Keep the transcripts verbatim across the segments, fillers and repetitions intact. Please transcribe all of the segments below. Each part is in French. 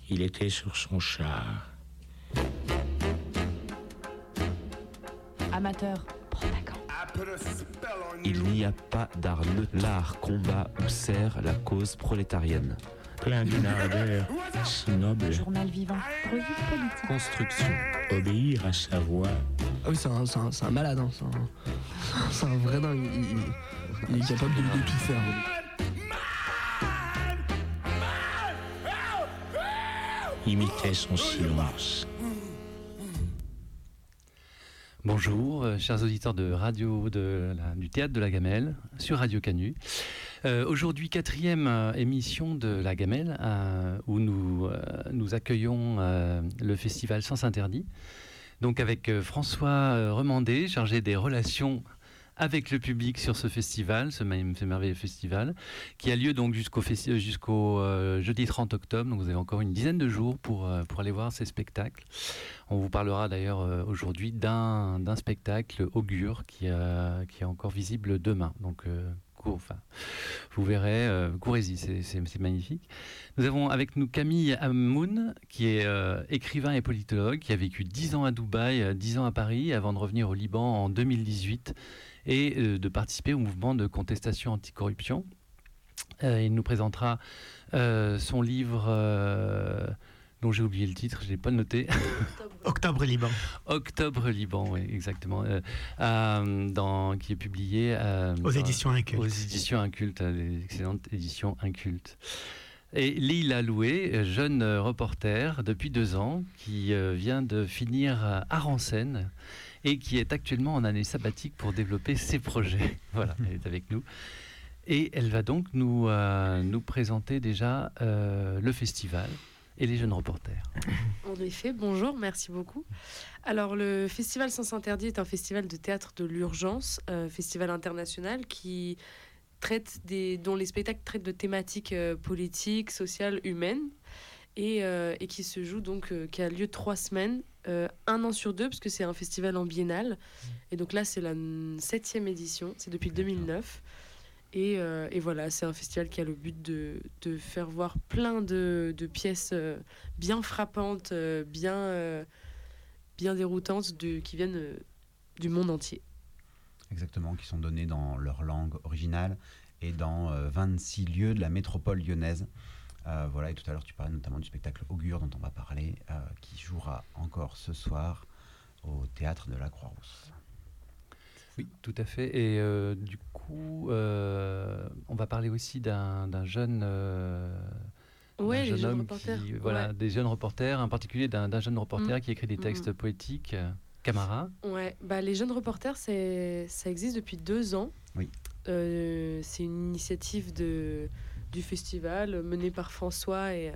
Il était sur son char. Amateur, propagande. Il n'y a pas d'art neutre. L'art combat ou sert la cause prolétarienne. Plein d'une ardeur si noble. Journal vivant, revue politique. Construction. Obéir à sa voix. Ah oui, c'est un, c'est un, c'est un malade, hein. c'est, un, c'est un vrai dingue. Il, il, il est capable de, de tout faire. Imitait son silence. Bonjour, euh, chers auditeurs de radio de la, du Théâtre de la Gamelle sur Radio Canu. Euh, aujourd'hui, quatrième euh, émission de la Gamelle euh, où nous, euh, nous accueillons euh, le festival Sens Interdit. Donc avec euh, François euh, Remandé, chargé des relations avec le public sur ce festival, ce, ce merveilleux festival, qui a lieu donc jusqu'au, festi- jusqu'au euh, jeudi trente octobre. Donc vous avez encore une dizaine de jours pour, euh, pour aller voir ces spectacles. On vous parlera d'ailleurs euh, aujourd'hui d'un, d'un spectacle Augure qui, euh, qui est encore visible demain. Donc euh, cours, enfin, vous verrez, euh, courez-y, c'est, c'est, c'est magnifique. Nous avons avec nous Camille Hamoun, qui est euh, écrivain et politologue, qui a vécu dix ans à Dubaï, dix ans à Paris, avant de revenir au Liban en deux mille dix-huit et euh, de participer au mouvement de contestation anticorruption. Euh, il nous présentera euh, son livre... Euh, dont j'ai oublié le titre, je ne l'ai pas noté. Octobre Liban. Octobre Liban, oui, exactement. Euh, euh, dans, qui est publié euh, aux dans, éditions Incultes. Aux éditions Incultes, les excellentes éditions Incultes. Et Leïla Loué, jeune reporter depuis deux ans, qui euh, vient de finir à Rancennes et qui est actuellement en année sabbatique pour développer ses projets. Voilà, elle est avec nous. Et elle va donc nous, euh, nous présenter déjà euh, le festival et les jeunes reporters. En effet, bonjour, merci beaucoup. Alors, le Festival Sens Interdit est un festival de théâtre de l'urgence, euh, festival international qui traite des, dont les spectacles traitent de thématiques euh, politiques, sociales, humaines, et, euh, et qui se joue donc, euh, qui a lieu trois semaines, euh, un an sur deux, parce que c'est un festival en biennale. Et donc là, c'est la septième édition, c'est depuis deux mille neuf. Et, euh, et voilà, c'est un festival qui a le but de, de faire voir plein de, de pièces euh, bien frappantes, euh, bien, euh, bien déroutantes, de, qui viennent euh, du monde entier. Exactement, qui sont données dans leur langue originale et dans euh, vingt-six lieux de la métropole lyonnaise. Euh, voilà, et tout à l'heure, tu parlais notamment du spectacle Augure dont on va parler, euh, qui jouera encore ce soir au Théâtre de la Croix-Rousse. Oui, tout à fait. Et euh, du coup, euh, on va parler aussi d'un, d'un jeune, euh, ouais, d'un les jeune jeunes homme reporters. qui, voilà, Ouais. des jeunes reporters, en particulier d'un, d'un jeune reporter mmh. qui écrit des textes mmh. poétiques, euh, Camara. Ouais, bah les jeunes reporters, c'est, ça existe depuis deux ans. Oui. Euh, c'est une initiative de du festival menée par François et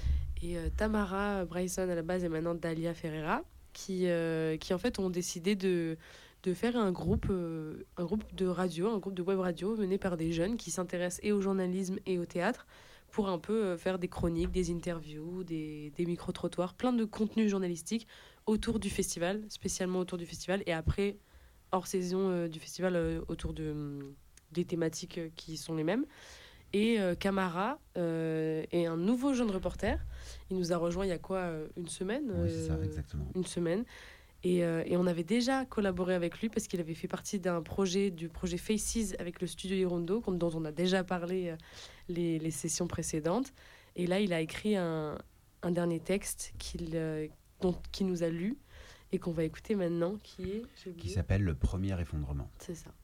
et euh, Tamara Bryson à la base et maintenant Dalia Ferreira, qui euh, qui en fait ont décidé de de faire un groupe, euh, un groupe de radio, un groupe de web radio mené par des jeunes qui s'intéressent et au journalisme et au théâtre pour un peu euh, faire des chroniques, des interviews, des, des micro-trottoirs, plein de contenus journalistiques autour du festival, spécialement autour du festival, et après, hors saison euh, du festival, euh, autour de, euh, des thématiques euh, qui sont les mêmes. Et euh, Camara euh, est un nouveau jeune reporter. Il nous a rejoint il y a quoi, euh, une semaine Oui, c'est ça, euh, exactement. Une semaine. Et, euh, et on avait déjà collaboré avec lui parce qu'il avait fait partie d'un projet, du projet Faces avec le studio Hirondo, dont on a déjà parlé euh, les, les sessions précédentes. Et là, il a écrit un, un dernier texte qu'il, euh, dont, qu'il nous a lu et qu'on va écouter maintenant, qui est... Qui s'appelle Le Premier Effondrement. C'est ça.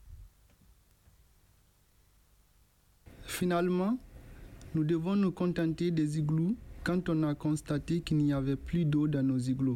Finalement, nous devons nous contenter des igloos quand on a constaté qu'il n'y avait plus d'eau dans nos igloos.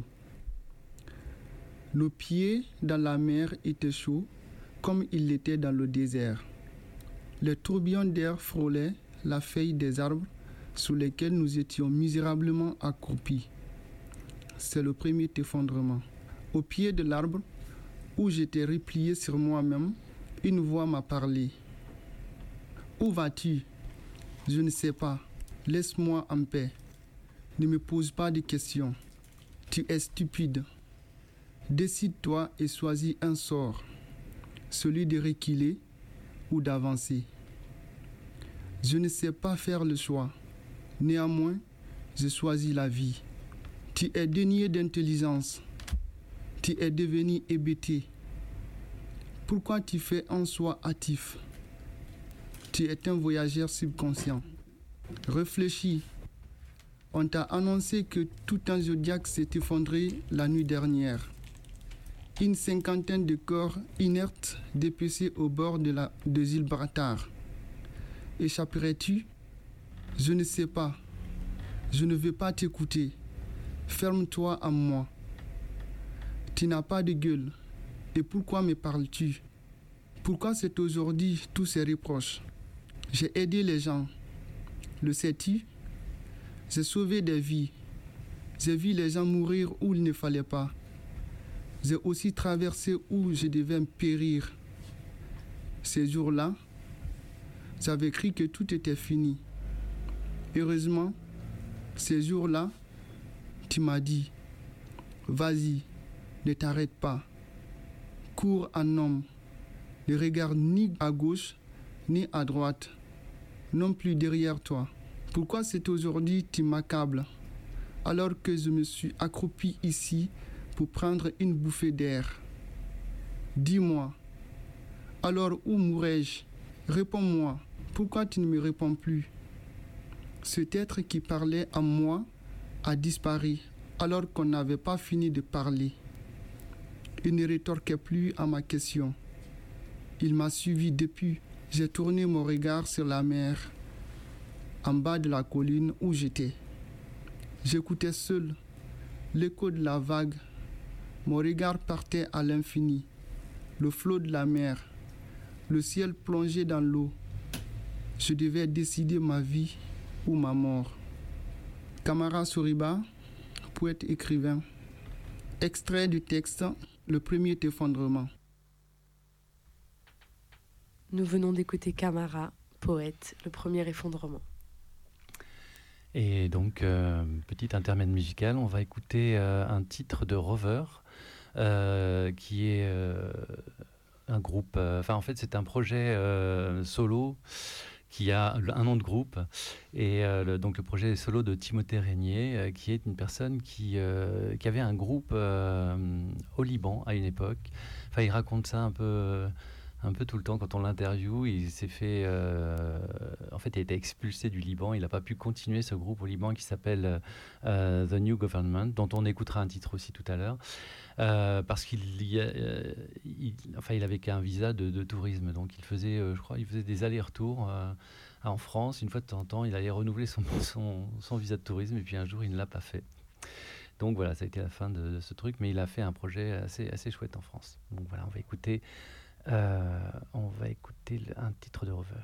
Nos pieds dans la mer étaient chauds, comme ils l'étaient dans le désert. Les tourbillons d'air frôlaient la feuille des arbres sous lesquels nous étions misérablement accroupis. C'est le premier effondrement. Au pied de l'arbre, où j'étais replié sur moi-même, une voix m'a parlé. « Où vas-tu ? Je ne sais pas. Laisse-moi en paix. Ne me pose pas de questions. Tu es stupide. Décide-toi et choisis un sort, celui de reculer ou d'avancer. Je ne sais pas faire le choix. Néanmoins, j'ai choisi la vie. Tu es dénué d'intelligence. Tu es devenu hébété. Pourquoi tu fais un choix hâtif? Tu es un voyageur subconscient. Réfléchis. On t'a annoncé que tout un zodiaque s'est effondré la nuit dernière. Une cinquantaine de corps inertes dépecés au bord de la de Gibraltar. Échapperais-tu? Je ne sais pas. Je ne veux pas t'écouter. Ferme-toi à moi. Tu n'as pas de gueule. Et pourquoi me parles-tu? Pourquoi c'est aujourd'hui tous ces reproches? J'ai aidé les gens. Le sais-tu? J'ai sauvé des vies. J'ai vu les gens mourir où il ne fallait pas. J'ai aussi traversé où je devais périr. Ces jours-là, j'avais cru que tout était fini. Heureusement, ces jours-là, tu m'as dit, vas-y, ne t'arrête pas. Cours en homme. Ne regarde ni à gauche, ni à droite, non plus derrière toi. Pourquoi c'est aujourd'hui tu m'accables, alors que je me suis accroupi ici pour prendre une bouffée d'air? Dis-moi, alors où mourrais-je? Réponds-moi, pourquoi tu ne me réponds plus? Cet être qui parlait à moi a disparu alors qu'on n'avait pas fini de parler. Il ne rétorquait plus à ma question. Il m'a suivi depuis. J'ai tourné mon regard sur la mer, en bas de la colline où j'étais. J'écoutais seul l'écho de la vague. Mon regard partait à l'infini, le flot de la mer, le ciel plongé dans l'eau. Je devais décider ma vie ou ma mort. Camara Soriba, poète écrivain. Extrait du texte, le premier effondrement. Nous venons d'écouter Camara, poète, le premier effondrement. Et donc, euh, petit intermède musical, on va écouter euh, un titre de Rover, euh, qui est euh, un groupe, enfin euh, en fait c'est un projet euh, solo qui a un nom de groupe, et euh, le, donc le projet solo de Timothée Régnier, euh, qui est une personne qui, euh, qui avait un groupe euh, au Liban à une époque. Enfin, il raconte ça un peu... un peu tout le temps quand on l'interviewe. Il s'est fait euh, en fait il a été expulsé du Liban, il n'a pas pu continuer ce groupe au Liban qui s'appelle euh, The New Government, dont on écoutera un titre aussi tout à l'heure, euh, parce qu'il y a, euh, il, enfin il avait qu'un visa de, de tourisme, donc il faisait euh, je crois il faisait des allers-retours euh, en France une fois de temps en temps. Il allait renouveler son, son, son visa de tourisme, et puis un jour il ne l'a pas fait. Donc voilà, ça a été la fin de, de ce truc, mais il a fait un projet assez, assez chouette en France. Donc voilà, on va écouter Euh, on va écouter un titre de Rover.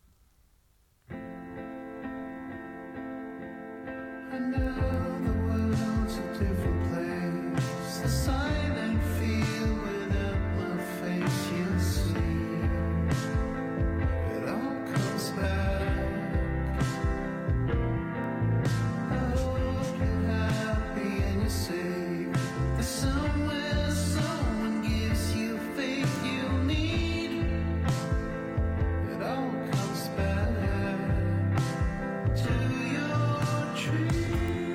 I know the world's a different place, a silent field without my face, you'll see, it all comes back. I hope you're happy and you're safe, there's somewhere someone gives you faith you need, it all comes back to your dreams.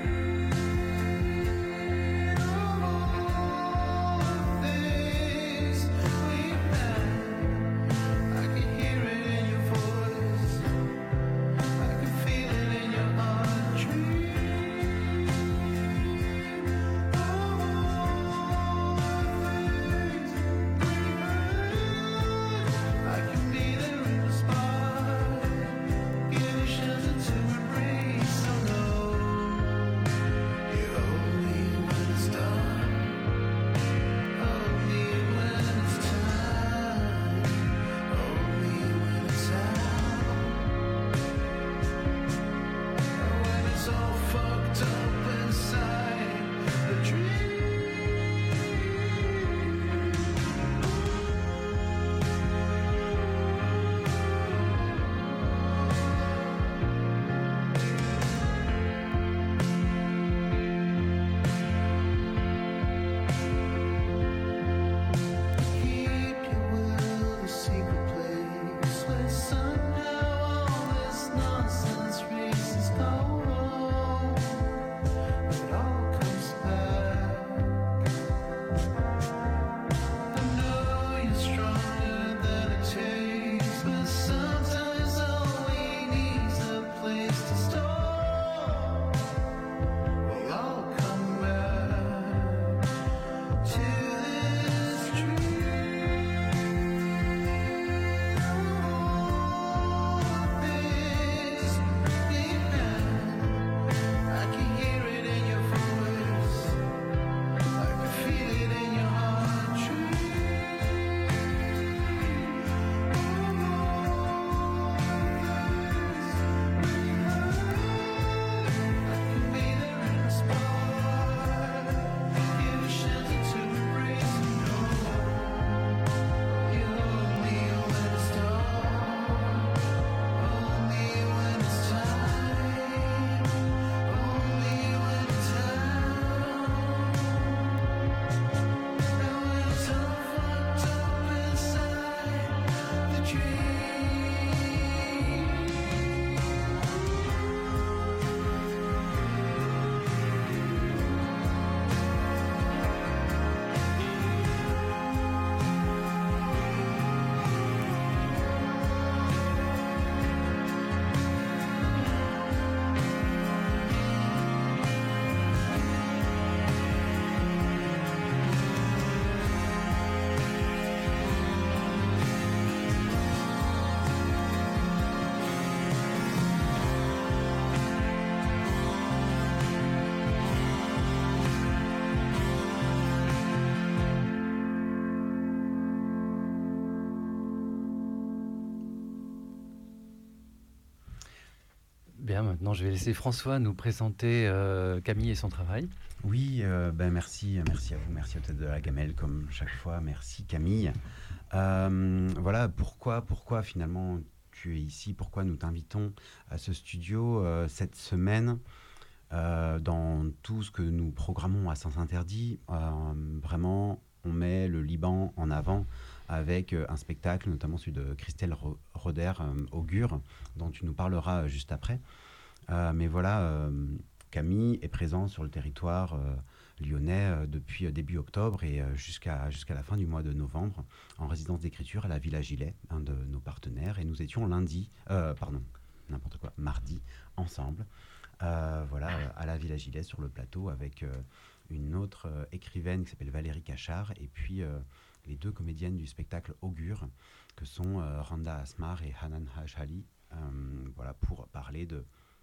Bien, maintenant je vais laisser François nous présenter euh, Camille et son travail. Oui, euh, ben merci, merci à vous, merci au Théâtre de la Gamelle comme chaque fois, merci Camille. Euh, voilà, pourquoi, pourquoi finalement tu es ici, pourquoi nous t'invitons à ce studio euh, cette semaine euh, dans tout ce que nous programmons à Sens Interdit. Euh, vraiment, on met le Liban en avant avec euh, un spectacle, notamment celui de Christelle Ro- Roder, euh, Augure, dont tu nous parleras euh, juste après. Euh, mais voilà, euh, Camille est présent sur le territoire euh, lyonnais euh, depuis euh, début octobre et euh, jusqu'à, jusqu'à la fin du mois de novembre, en résidence d'écriture à la Villa Gilet, un de nos partenaires. Et nous étions lundi, euh, pardon, n'importe quoi, mardi, ensemble, euh, voilà, euh, à la Villa Gilet, sur le plateau, avec euh, une autre euh, écrivaine qui s'appelle Valérie Cachard, et puis euh, les deux comédiennes du spectacle Augure, que sont euh, Randa Asmar et Hanan Hajali, euh, voilà, pour parler de,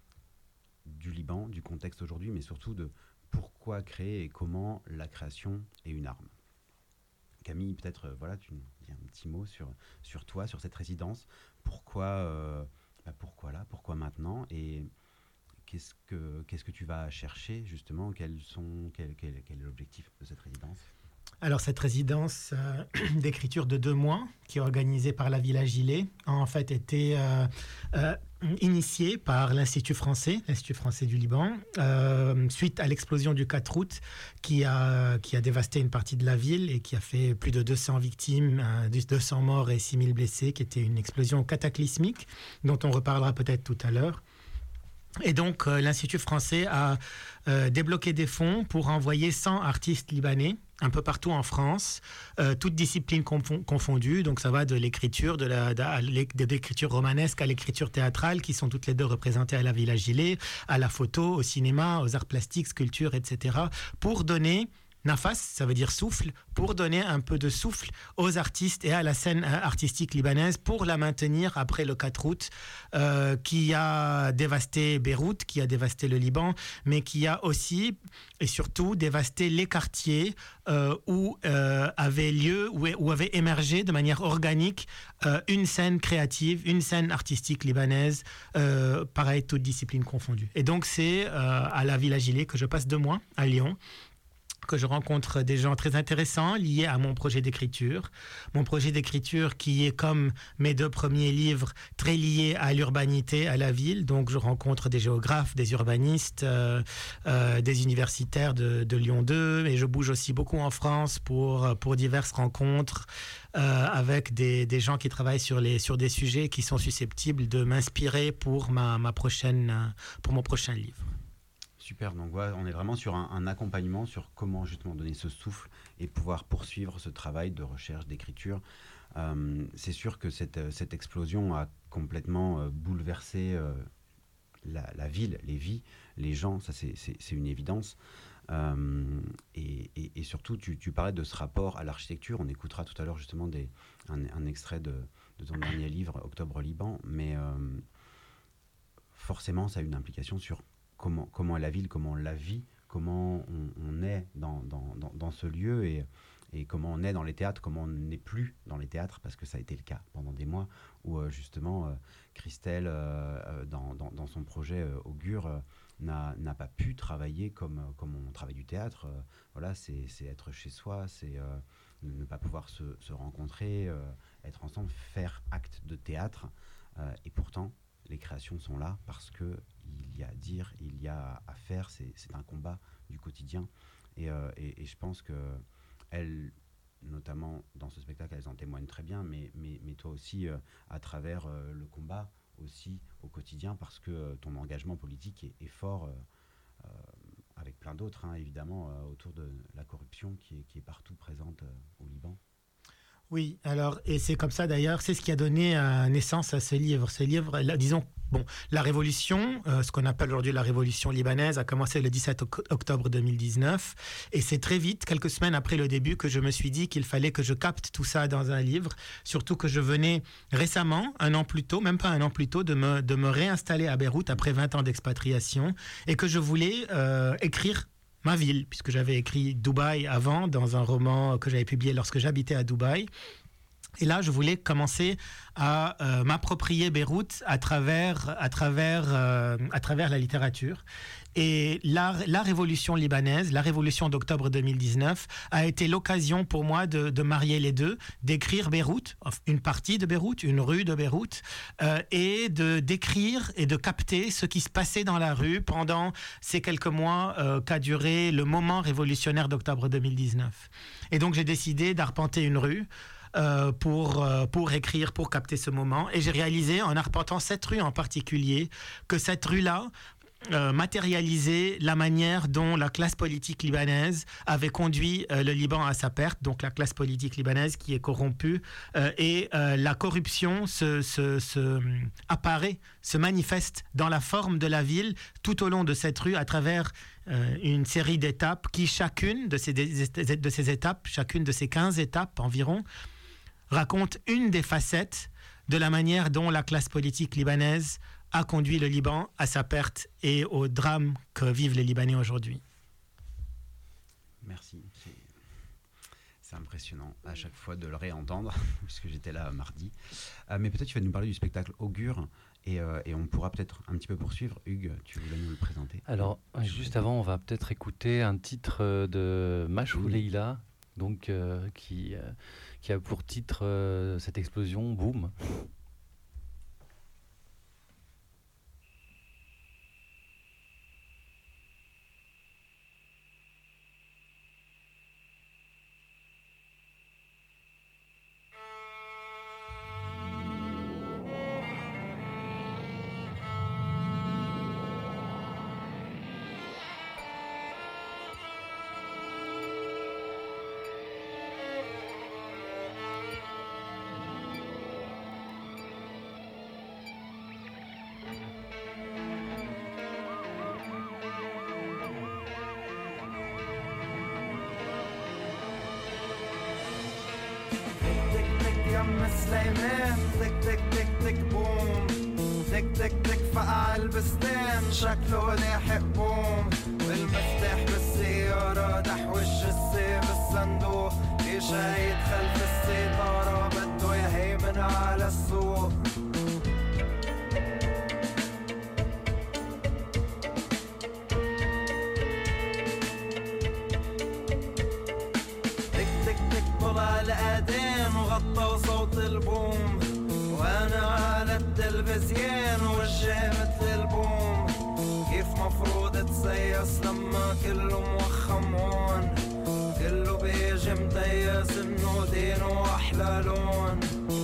du Liban, du contexte aujourd'hui, mais surtout de pourquoi créer et comment la création est une arme. Camille, peut-être, euh, voilà, tu nous dis un petit mot sur, sur toi, sur cette résidence. Pourquoi, euh, bah pourquoi là, pourquoi maintenant, et qu'est-ce que, qu'est-ce que tu vas chercher, justement, quels sont, quel, quel, quel est l'objectif de cette résidence ? Alors, cette résidence euh, d'écriture de deux mois, qui est organisée par la Villa Gilet, a en fait été euh, euh, initiée par l'Institut français, l'Institut français du Liban, euh, suite à l'explosion du quatre août qui a, qui a dévasté une partie de la ville et qui a fait plus de deux cents victimes, euh, deux cents morts et six mille blessés, qui était une explosion cataclysmique, dont on reparlera peut-être tout à l'heure. Et donc, euh, l'Institut français a euh, débloqué des fonds pour envoyer cent artistes libanais un peu partout en France, euh, toutes disciplines confon- confondues. Donc, ça va de l'écriture, de, la, de, de, de l'écriture romanesque à l'écriture théâtrale, qui sont toutes les deux représentées à la Villa Gilet, à la photo, au cinéma, aux arts plastiques, sculptures, et cetera, pour donner... Nafas, ça veut dire souffle, pour donner un peu de souffle aux artistes et à la scène artistique libanaise pour la maintenir après le quatre août euh, qui a dévasté Beyrouth, qui a dévasté le Liban, mais qui a aussi et surtout dévasté les quartiers euh, où euh, avait lieu, où, où avait émergé de manière organique euh, une scène créative, une scène artistique libanaise, euh, pareil, toutes disciplines confondues. Et donc c'est euh, à la Villa Gilet que je passe deux mois à Lyon, que je rencontre des gens très intéressants liés à mon projet d'écriture. Mon projet d'écriture qui est, comme mes deux premiers livres, très lié à l'urbanité, à la ville. Donc, je rencontre des géographes, des urbanistes, euh, euh, des universitaires de, de Lyon deux. Et je bouge aussi beaucoup en France pour, pour diverses rencontres euh, avec des, des gens qui travaillent sur, les, sur des sujets qui sont susceptibles de m'inspirer pour, ma, ma prochaine, pour mon prochain livre. Super, donc ouais, on est vraiment sur un, un accompagnement sur comment justement donner ce souffle et pouvoir poursuivre ce travail de recherche, d'écriture. Euh, c'est sûr que cette, cette explosion a complètement euh, bouleversé euh, la, la ville, les vies, les gens, ça c'est, c'est, c'est une évidence. Euh, et, et, et surtout, tu, tu parlais de ce rapport à l'architecture. On écoutera tout à l'heure justement des, un, un extrait de, de ton dernier livre, Octobre Liban, mais euh, forcément ça a une implication sur Comment, comment est la ville, comment on la vit, comment on, on est dans, dans, dans, dans ce lieu et, et comment on est dans les théâtres, comment on n'est plus dans les théâtres, parce que ça a été le cas pendant des mois où euh, justement euh, Christelle, euh, dans, dans, dans son projet euh, Augure, euh, n'a, n'a pas pu travailler comme, comme on travaille du théâtre. Euh, voilà, c'est, c'est être chez soi, c'est euh, ne pas pouvoir se, se rencontrer, euh, être ensemble, faire acte de théâtre. Euh, et pourtant, les créations sont là parce que il y a à dire, il y a à faire, c'est, c'est un combat du quotidien. Et, euh, et, et je pense qu'elles, notamment dans ce spectacle, elles en témoignent très bien, mais, mais, mais toi aussi, euh, à travers euh, le combat aussi au quotidien, parce que euh, ton engagement politique est, est fort, euh, euh, avec plein d'autres, hein, évidemment, euh, autour de la corruption qui est, qui est partout présente euh, au Liban. Oui, alors, et c'est comme ça d'ailleurs, c'est ce qui a donné euh, naissance à ce livre. Ce livre, là, disons, bon, la révolution, euh, ce qu'on appelle aujourd'hui la révolution libanaise, a commencé le dix-sept octobre deux mille dix-neuf. Et c'est très vite, quelques semaines après le début, que je me suis dit qu'il fallait que je capte tout ça dans un livre. Surtout que je venais récemment, un an plus tôt, même pas un an plus tôt, de me, de me réinstaller à Beyrouth après vingt ans d'expatriation et que je voulais euh, écrire ma ville, puisque j'avais écrit Dubaï avant, dans un roman que j'avais publié lorsque j'habitais à Dubaï. Et là, je voulais commencer à euh, m'approprier Beyrouth à travers, à travers, euh, à travers la littérature. Et la, la révolution libanaise, la révolution d'octobre deux mille dix-neuf, a été l'occasion pour moi de, de marier les deux, d'écrire Beyrouth, une partie de Beyrouth, une rue de Beyrouth, euh, et de d'écrire et de capter ce qui se passait dans la rue pendant ces quelques mois euh, qu'a duré le moment révolutionnaire d'octobre deux mille dix-neuf. Et donc j'ai décidé d'arpenter une rue. Euh, pour, euh, pour écrire, pour capter ce moment. Et j'ai réalisé, en arpentant cette rue en particulier, que cette rue-là euh, matérialisait la manière dont la classe politique libanaise avait conduit euh, le Liban à sa perte, donc la classe politique libanaise qui est corrompue, euh, et euh, la corruption se, se, se apparaît, se manifeste dans la forme de la ville tout au long de cette rue à travers Euh, une série d'étapes qui, chacune de ces, de ces étapes, chacune de ces quinze étapes environ, raconte une des facettes de la manière dont la classe politique libanaise a conduit le Liban à sa perte et au drame que vivent les Libanais aujourd'hui. Merci. C'est, c'est impressionnant à chaque fois de le réentendre, puisque j'étais là mardi. Euh, mais peut-être tu vas nous parler du spectacle Augure. Et, euh, et on pourra peut-être un petit peu poursuivre. Hugues, tu voulais nous le présenter? Alors, juste avant, on va peut-être écouter un titre de Mashou Leila, donc, euh, qui, euh, qui a pour titre euh, cette explosion, Boum. سليمان تك تك تك تك بوم تك تك تك فقع البستان شكله لاحق بوم والمفتاح بالسيارة دحوش السي بالصندوق في شهيد خلف الستارة بده يهيمن على السوق تك تك تك طلع الأذان وغطى صوت البوم وانا على التلفزيون وجه مثل البوم كيف مفروض تسيس لما كله موخم هون كله بيجي متيس انه دينه احلى لون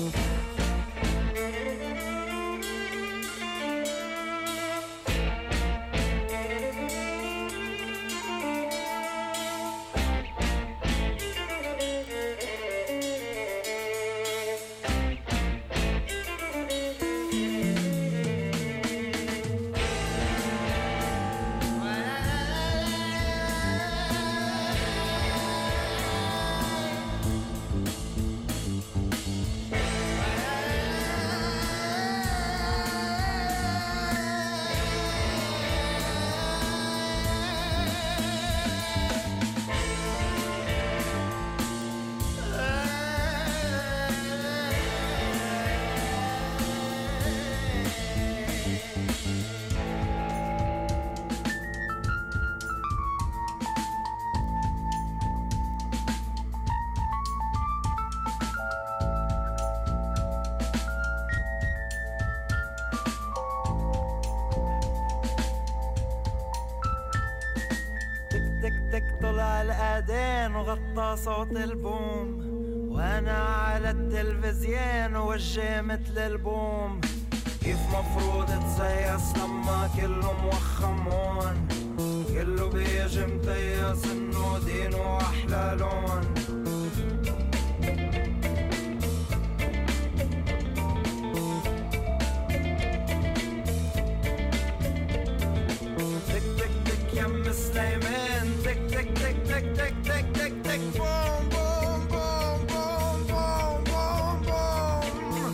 وغطى صوت البوم وانا على التلفزيون وجه مثل البوم كيف مفروض تسيس لما كله موخم هون كله بيجي متيس انه دينه احلى لون تك تك تك يم سليمان تك تك تك تك تك تك تك تك بوم بوم بوم بوم بوم بوم بوم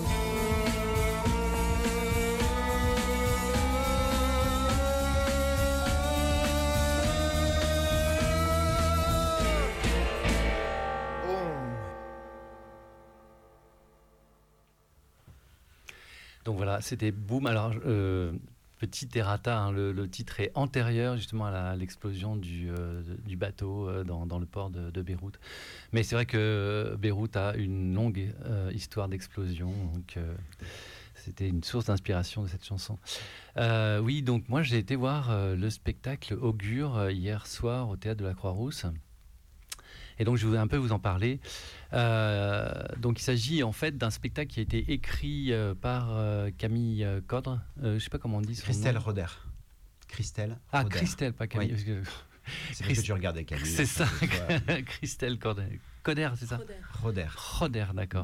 Donc voilà, c'était Boom. Alors, euh, petit errata, hein, le, le titre est antérieur justement à, la, à l'explosion du, euh, du bateau euh, dans, dans le port de, de Beyrouth. Mais c'est vrai que Beyrouth a une longue euh, histoire d'explosion, donc euh, c'était une source d'inspiration de cette chanson. Euh, oui, donc moi j'ai été voir euh, le spectacle Augure euh, hier soir au Théâtre de la Croix-Rousse. Et donc, je voudrais un peu vous en parler. Euh, donc, il s'agit en fait d'un spectacle qui a été écrit euh, par euh, Camille euh, Codre. Euh, je ne sais pas comment on dit son Christelle nom. Roder. Christelle Ah, Roder. Christelle, pas Camille. Oui. Parce que... C'est parce que tu regardais Camille. C'est ça, Ouais. Christelle Coder. Coder, c'est ça Roder. Roder, d'accord.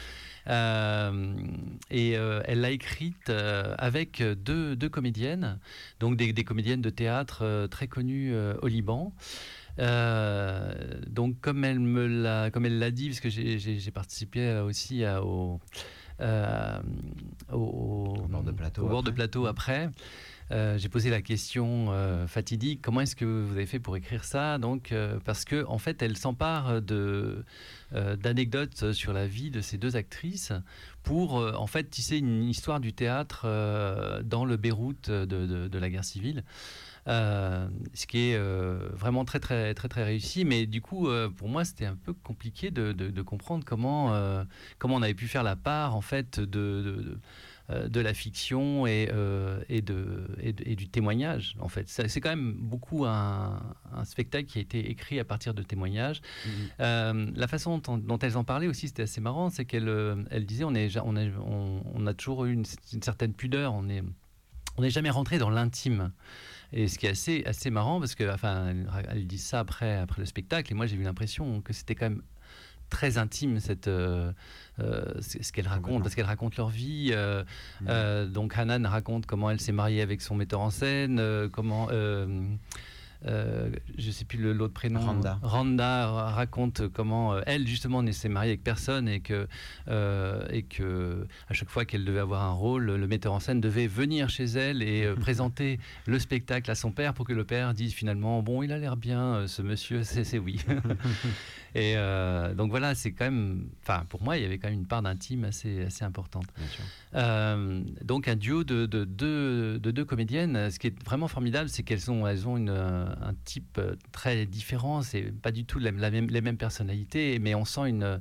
Euh, et euh, elle l'a écrite euh, avec deux, deux comédiennes, donc des, des comédiennes de théâtre euh, très connues euh, au Liban. Euh, donc comme elle me l'a, comme elle l'a dit, parce que j'ai, j'ai, j'ai participé aussi à, au, euh, au, au bord de plateau, au bord de plateau après. Euh, j'ai posé la question euh, fatidique, comment est-ce que vous avez fait pour écrire ça? Donc, euh, parce que en fait, elle s'empare de, euh, d'anecdotes sur la vie de ces deux actrices pour euh, en fait tisser une histoire du théâtre euh, dans le Beyrouth de, de, de la guerre civile. Euh, ce qui est euh, vraiment très très très très réussi, mais du coup euh, pour moi c'était un peu compliqué de, de, de comprendre comment euh, comment on avait pu faire la part en fait de, de, de, de la fiction et, euh, et, de, et, de, et du témoignage en fait. C'est, c'est quand même beaucoup un, un spectacle qui a été écrit à partir de témoignages. Mmh. Euh, la façon dont, dont elles en parlaient aussi c'était assez marrant, c'est qu'elle elle disait on, est, on, est, on, on a toujours eu une, une certaine pudeur, on est on n'est jamais rentré dans l'intime. Et ce qui est assez, assez marrant, parce que, enfin, elle, elle dit ça après, après le spectacle, et moi j'ai eu l'impression que c'était quand même très intime, cette, euh, euh, ce qu'elle raconte, parce qu'elle raconte leur vie. Euh, mmh. euh, donc Hanan raconte comment elle s'est mariée avec son metteur en scène, euh, comment... Euh, Euh, je ne sais plus le, l'autre prénom. Randa. Randa raconte comment euh, elle justement ne s'est mariée avec personne et que euh, et que à chaque fois qu'elle devait avoir un rôle, le metteur en scène devait venir chez elle et euh, présenter le spectacle à son père pour que le père dise finalement bon il a l'air bien euh, ce monsieur c'est, c'est oui. Et euh, donc voilà, c'est quand même, enfin pour moi il y avait quand même une part d'intime assez assez importante. Euh, donc un duo de, de, de, de deux comédiennes. Ce qui est vraiment formidable, c'est qu'elles ont elles ont une, un type très différent. C'est pas du tout la, la même, les mêmes personnalités, mais on sent une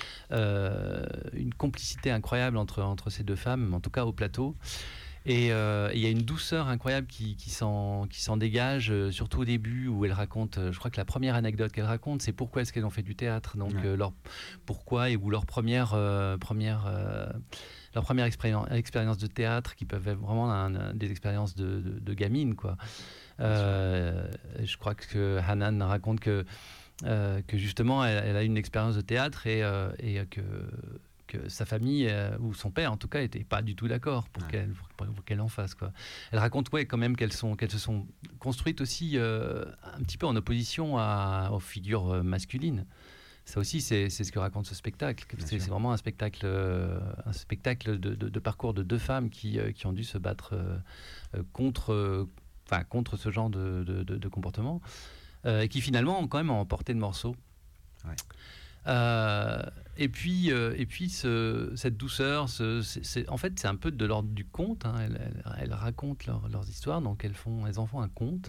euh, une complicité incroyable entre entre ces deux femmes, en tout cas au plateau. Et il euh, y a une douceur incroyable qui, qui, s'en, qui s'en dégage, euh, surtout au début où elle raconte, euh, je crois que la première anecdote qu'elle raconte, c'est pourquoi est-ce qu'elles ont fait du théâtre, donc ouais. euh, leur pourquoi et ou leur première, euh, première, euh, leur première expérience, expérience de théâtre qui peuvent être vraiment un, un, des expériences de, de, de gamine, quoi. Euh, je crois que Hanan raconte que, euh, que justement elle, elle a une expérience de théâtre et, euh, et que que sa famille, euh, ou son père en tout cas, n'était pas du tout d'accord pour, ouais. qu'elle, pour, pour qu'elle en fasse, quoi. Elle raconte ouais, quand même qu'elles, sont, qu'elles se sont construites aussi euh, un petit peu en opposition à, aux figures masculines. Ça aussi, c'est, c'est ce que raconte ce spectacle. C'est, c'est vraiment un spectacle, euh, un spectacle de, de, de parcours de deux femmes qui, euh, qui ont dû se battre euh, contre, euh, enfin, contre ce genre de, de, de, de comportement euh, et qui finalement ont quand même emporté le morceau. Ouais. Euh, et puis, euh, et puis ce, cette douceur, ce, c'est, c'est, en fait, c'est un peu de l'ordre du conte. Hein. Elles, elles, elles racontent leur, leurs histoires, donc elles, font, elles en font un conte.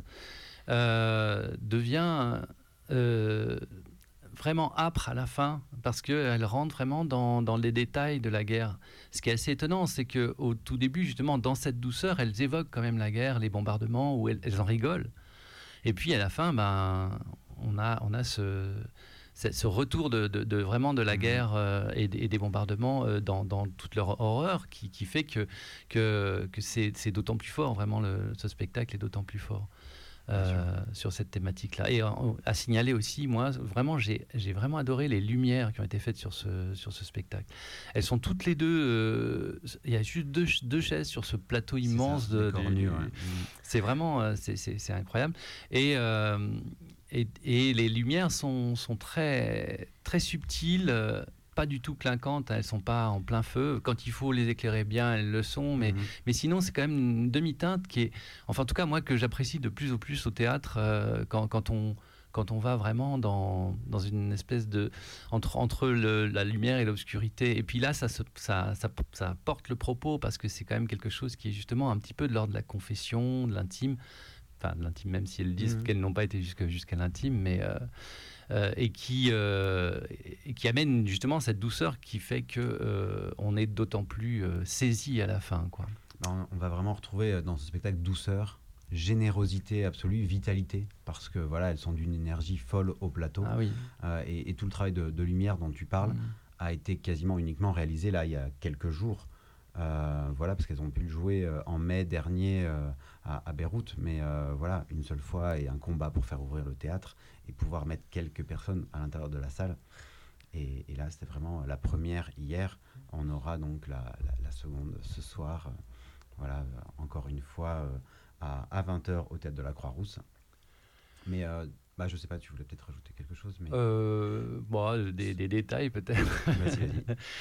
Euh, devient euh, vraiment âpre à la fin, parce qu'elles rentrent vraiment dans, dans les détails de la guerre. Ce qui est assez étonnant, c'est qu'au tout début, justement, dans cette douceur, elles évoquent quand même la guerre, les bombardements, où elles, elles en rigolent. Et puis, à la fin, ben, on a, on a ce... ce retour de, de, de vraiment de la guerre euh, et, et des bombardements euh, dans, dans toute leur horreur qui, qui fait que, que, que c'est, c'est d'autant plus fort, vraiment le, ce spectacle est d'autant plus fort euh, sur cette thématique-là. Et euh, à signaler aussi, moi, vraiment, j'ai, j'ai vraiment adoré les lumières qui ont été faites sur ce, sur ce spectacle. Elles sont toutes les deux, il euh, y a juste deux, deux chaises sur ce plateau immense. Ça, de, cornues, du, ouais. C'est vraiment, euh, c'est, c'est, c'est incroyable. Et... Euh, Et, et les lumières sont, sont très, très subtiles, euh, pas du tout clinquantes, elles ne sont pas en plein feu. Quand il faut les éclairer bien, elles le sont, mais, mmh. mais sinon c'est quand même une demi-teinte qui est, enfin en tout cas moi que j'apprécie de plus en plus au théâtre, euh, quand, quand, on, quand on va vraiment dans, dans une espèce de... entre, entre le, la lumière et l'obscurité. Et puis là, ça, se, ça, ça, ça porte le propos, parce que c'est quand même quelque chose qui est justement un petit peu de l'ordre de la confession, de l'intime, enfin de l'intime, même si elles disent mmh. qu'elles n'ont pas été jusqu'à, jusqu'à l'intime, mais... Euh, Euh, et, qui, euh, et qui amène justement cette douceur qui fait qu'on euh, est d'autant plus euh, saisi à la fin, quoi. On va vraiment retrouver dans ce spectacle douceur, générosité absolue, vitalité, parce que voilà, elles sont d'une énergie folle au plateau. Ah oui. euh, et, et tout le travail de, de lumière dont tu parles mmh. a été quasiment uniquement réalisé là il y a quelques jours. Euh, voilà, parce qu'elles ont pu le jouer euh, en mai dernier euh, à, à Beyrouth, mais euh, voilà, une seule fois et un combat pour faire ouvrir le théâtre et pouvoir mettre quelques personnes à l'intérieur de la salle. Et, et là, c'était vraiment la première hier. On aura donc la, la, la seconde ce soir, euh, voilà, euh, encore une fois euh, à, à vingt heures au Théâtre de la Croix-Rousse. Mais euh, bah, je sais pas, tu voulais peut-être rajouter quelque chose, mais... Euh, bon, des, des détails peut-être. Vas-y, vas-y.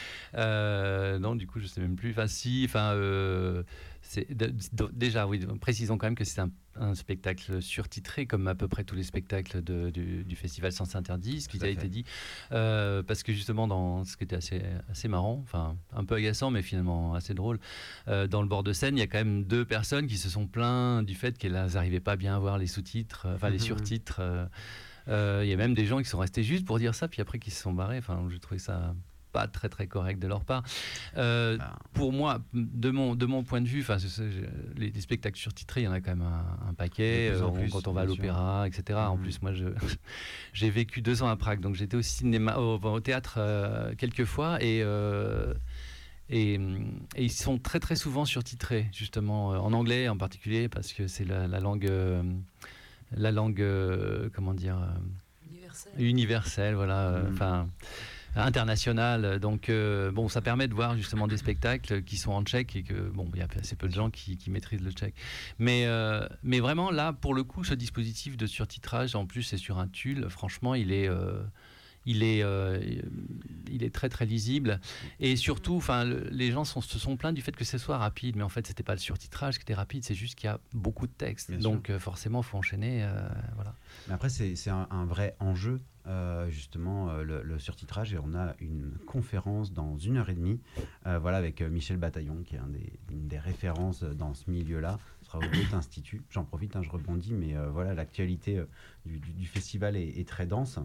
euh, non, du coup, je sais même plus. Enfin, si, enfin, euh, c'est d- d- déjà, oui, précisons quand même que c'est un, un spectacle surtitré, comme à peu près tous les spectacles de, du, du festival Sens Interdit, ce qui a été dit, euh, parce que justement, dans ce qui était assez, assez marrant, enfin, un peu agaçant, mais finalement assez drôle, euh, dans le bord de scène, il y a quand même deux personnes qui se sont plaints du fait qu'elles n'arrivaient pas bien à voir les sous-titres, enfin, les surtitres. Euh, Il euh, y a même des gens qui sont restés juste pour dire ça, puis après qui se sont barrés. Enfin, j'ai trouvé ça pas très très correct de leur part. Euh, ah. Pour moi, de mon de mon point de vue, enfin, les, les spectacles surtitrés, il y en a quand même un, un paquet. Euh, plus, quand on va à l'opéra, et cetera. Mmh. En plus, moi, je j'ai vécu deux ans à Prague, donc j'étais au cinéma, au, au théâtre euh, quelques fois et. Euh, Et, et ils sont très très souvent surtitrés, justement en anglais en particulier, parce que c'est la, la langue, euh, la langue, euh, comment dire, euh, universelle. universelle, voilà, enfin euh, mmh. internationale. Donc euh, bon, ça permet de voir justement des spectacles qui sont en tchèque et que bon, il y a assez peu de gens qui, qui maîtrisent le tchèque. Mais euh, mais vraiment là, pour le coup, ce dispositif de surtitrage, en plus c'est sur un tulle. Franchement, il est euh, Il est, euh, il est très très lisible et surtout, enfin, les gens sont, se sont plaints du fait que ce soit rapide, mais en fait, c'était pas le surtitrage qui était rapide, c'est juste qu'il y a beaucoup de textes, Bien donc euh, forcément, faut enchaîner, euh, voilà. Mais après, c'est, c'est un, un vrai enjeu, euh, justement, euh, le, le surtitrage, et on a une conférence dans une heure et demie, euh, voilà, avec Michel Bataillon, qui est un des, une des références dans ce milieu-là. Ce sera au Goethe Institut. J'en profite, hein, je rebondis, mais euh, voilà, l'actualité euh, du, du, du festival est, est très dense.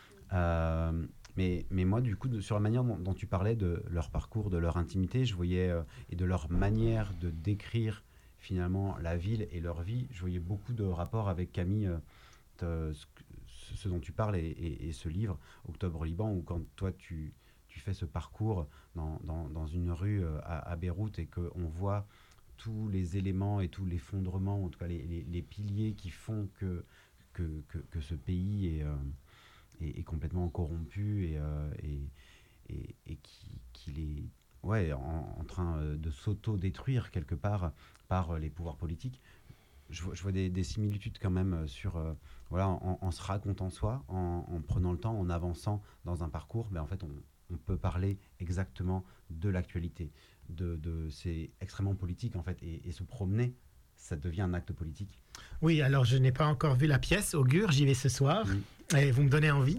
Euh, mais, mais moi, du coup, de, sur la manière dont, dont tu parlais de leur parcours, de leur intimité, je voyais, euh, et de leur manière de décrire finalement la ville et leur vie, je voyais beaucoup de rapports avec Camille, euh, te, ce, ce dont tu parles, et, et, et ce livre, Octobre au Liban, où quand toi, tu, tu fais ce parcours dans, dans, dans une rue euh, à, à Beyrouth et qu'on voit tous les éléments et tout l'effondrement, en tout cas les, les, les piliers qui font que, que, que, que ce pays est... Euh, est complètement corrompu et, euh, et, et, et qui, qu'il est ouais, en, en train de s'auto-détruire quelque part par les pouvoirs politiques. Je, je vois des, des similitudes quand même sur, euh, voilà, en, en se racontant soi, en, en prenant le temps, en avançant dans un parcours, mais en fait on, on peut parler exactement de l'actualité. De, de, c'est extrêmement politique en fait, et, et se promener, ça devient un acte politique. Oui, alors je n'ai pas encore vu la pièce, Augure, j'y vais ce soir. Oui. Et vous me donnez envie.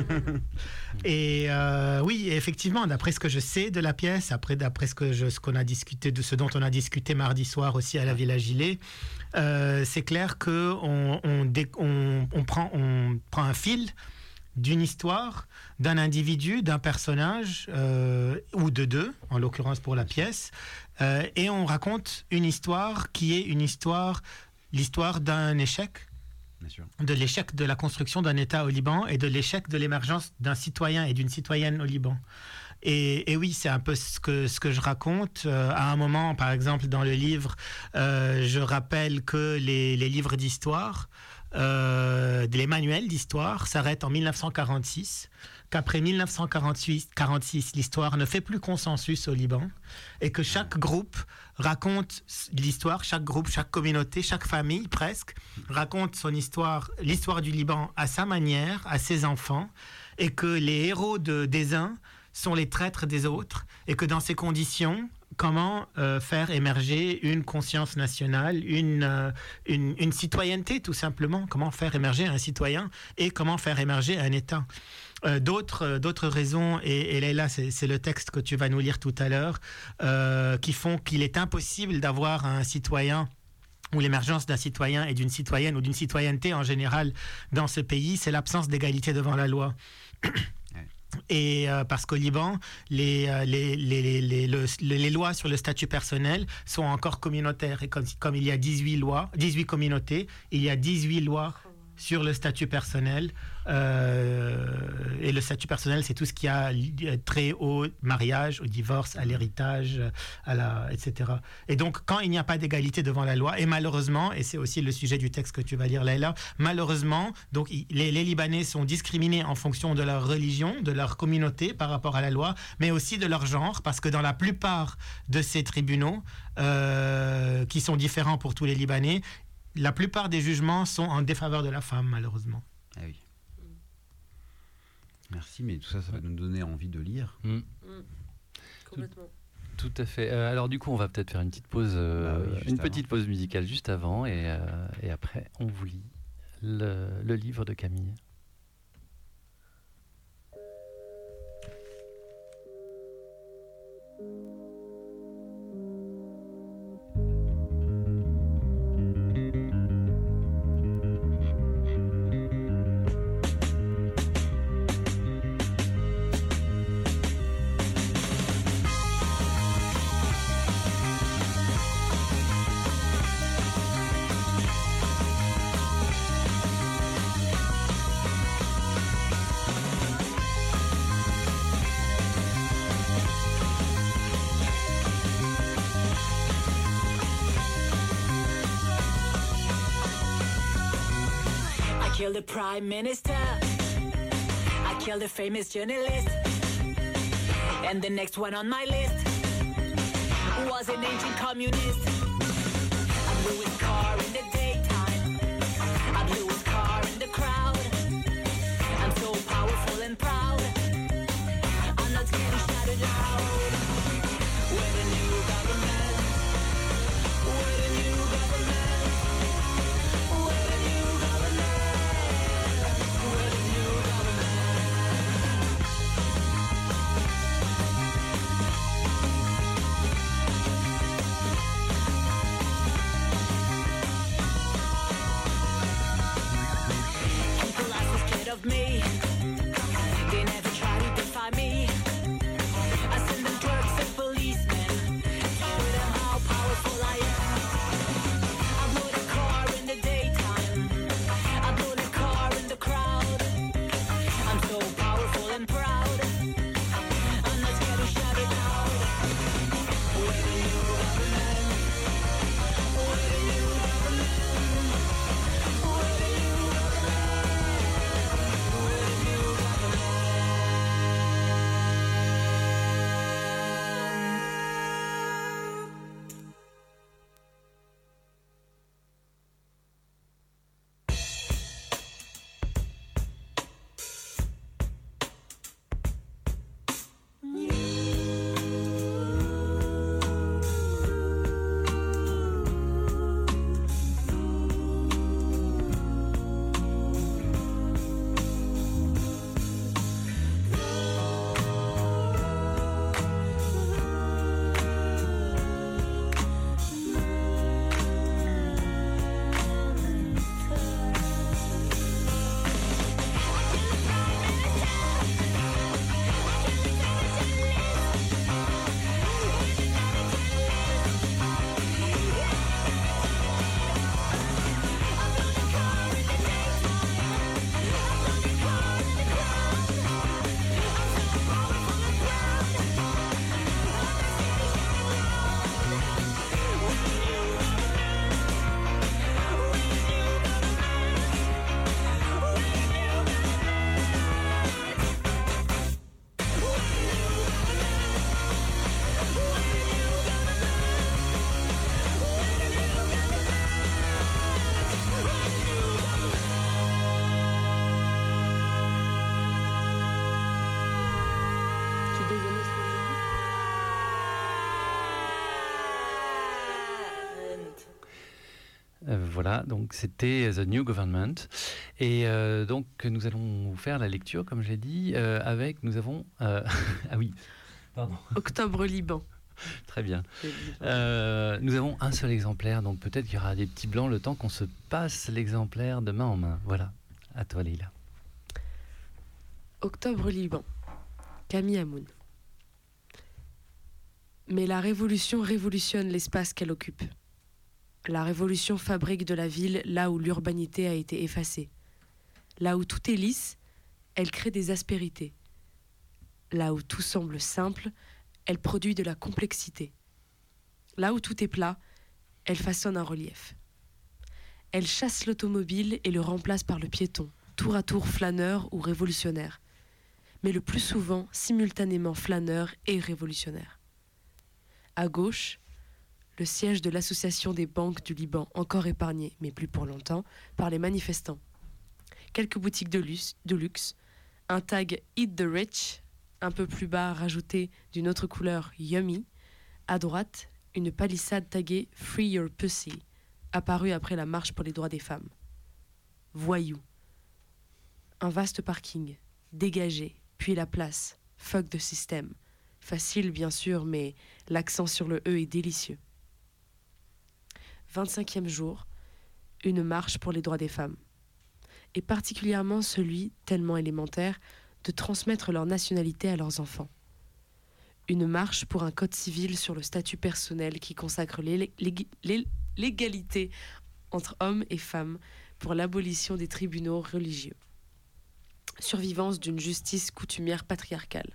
Et euh, oui, effectivement, d'après ce que je sais de la pièce, après d'après ce que je, ce qu'on a discuté, de ce dont on a discuté mardi soir aussi à la Villa Gilet, euh, c'est clair que on, on, dé, on, on prend on prend un fil d'une histoire, d'un individu, d'un personnage euh, ou de deux, en l'occurrence pour la pièce, euh, et on raconte une histoire qui est une histoire, l'histoire d'un échec. Bien sûr. De l'échec de la construction d'un État au Liban et de l'échec de l'émergence d'un citoyen et d'une citoyenne au Liban. Et, et oui, c'est un peu ce que, ce que je raconte. Euh, à un moment, par exemple, dans le livre, euh, je rappelle que les, les livres d'histoire, euh, les manuels d'histoire s'arrêtent en dix-neuf cent quarante-six, qu'après dix-neuf cent quarante-six, l'histoire ne fait plus consensus au Liban et que chaque groupe raconte l'histoire, chaque groupe, chaque communauté, chaque famille presque raconte son histoire, l'histoire du Liban à sa manière, à ses enfants, et que les héros de, des uns sont les traîtres des autres, et que dans ces conditions, comment euh, faire émerger une conscience nationale, une, euh, une, une citoyenneté tout simplement, comment faire émerger un citoyen et comment faire émerger un État. Euh, d'autres, euh, d'autres raisons, et, et là, c'est, c'est le texte que tu vas nous lire tout à l'heure, euh, qui font qu'il est impossible d'avoir un citoyen ou l'émergence d'un citoyen et d'une citoyenne ou d'une citoyenneté en général dans ce pays, c'est l'absence d'égalité devant la loi. Et euh, parce qu'au Liban, les, euh, les, les, les, les, le, les lois sur le statut personnel sont encore communautaires. Et comme, comme il y a dix-huit lois, dix-huit communautés, il y a dix-huit lois sur le statut personnel. Euh, et le statut personnel, c'est tout ce qui a trait au mariage, au divorce, à l'héritage, à la, et cetera. Et donc, quand il n'y a pas d'égalité devant la loi, et malheureusement, et c'est aussi le sujet du texte que tu vas lire, Leïla, malheureusement, donc, les, les Libanais sont discriminés en fonction de leur religion, de leur communauté par rapport à la loi, mais aussi de leur genre, parce que dans la plupart de ces tribunaux, euh, qui sont différents pour tous les Libanais, la plupart des jugements sont en défaveur de la femme, malheureusement. Ah oui. Merci, mais tout ça, ça va nous donner envie de lire. Mmh. Mmh. Complètement. Tout, tout à fait. Euh, alors du coup, on va peut-être faire une petite pause, euh, bah oui, une avant. petite pause musicale juste avant, et, euh, et après, on vous lit le, le livre de Camille. Kill the prime minister, I kill the famous journalist, and the next one on my list was an ancient communist. I blew his car in the daytime, I blew his car in the crowd. I'm so powerful and proud, I'm not scared to shout it out. We're the new government, we're the new government, we're the new government. Euh, voilà, donc c'était The New Government. Et euh, donc nous allons vous faire la lecture, comme j'ai dit, euh, avec, nous avons... euh, ah oui, pardon. Octobre Liban. Très bien. Euh, nous avons un seul exemplaire, donc peut-être qu'il y aura des petits blancs le temps qu'on se passe l'exemplaire de main en main. Voilà, à toi Leïla. Octobre Liban. Camille Hamoun. Mais la révolution révolutionne l'espace qu'elle occupe. La révolution fabrique de la ville là où l'urbanité a été effacée. Là où tout est lisse, elle crée des aspérités. Là où tout semble simple, elle produit de la complexité. Là où tout est plat, elle façonne un relief. Elle chasse l'automobile et le remplace par le piéton, tour à tour flâneur ou révolutionnaire, mais le plus souvent simultanément flâneur et révolutionnaire. À gauche, le siège de l'association des banques du Liban, encore épargné, mais plus pour longtemps, par les manifestants. Quelques boutiques de luxe, de luxe, un tag « Eat the Rich », un peu plus bas rajouté d'une autre couleur « Yummy », à droite, une palissade taguée « Free Your Pussy », apparue après la marche pour les droits des femmes. Voyou. Un vaste parking, dégagé, puis la place, fuck the system. Facile bien sûr, mais l'accent sur le E est délicieux. vingt-cinquième jour, une marche pour les droits des femmes. Et particulièrement celui, tellement élémentaire, de transmettre leur nationalité à leurs enfants. Une marche pour un code civil sur le statut personnel qui consacre l'é- l'é- l'é- l'égalité entre hommes et femmes pour l'abolition des tribunaux religieux. Survivance d'une justice coutumière patriarcale.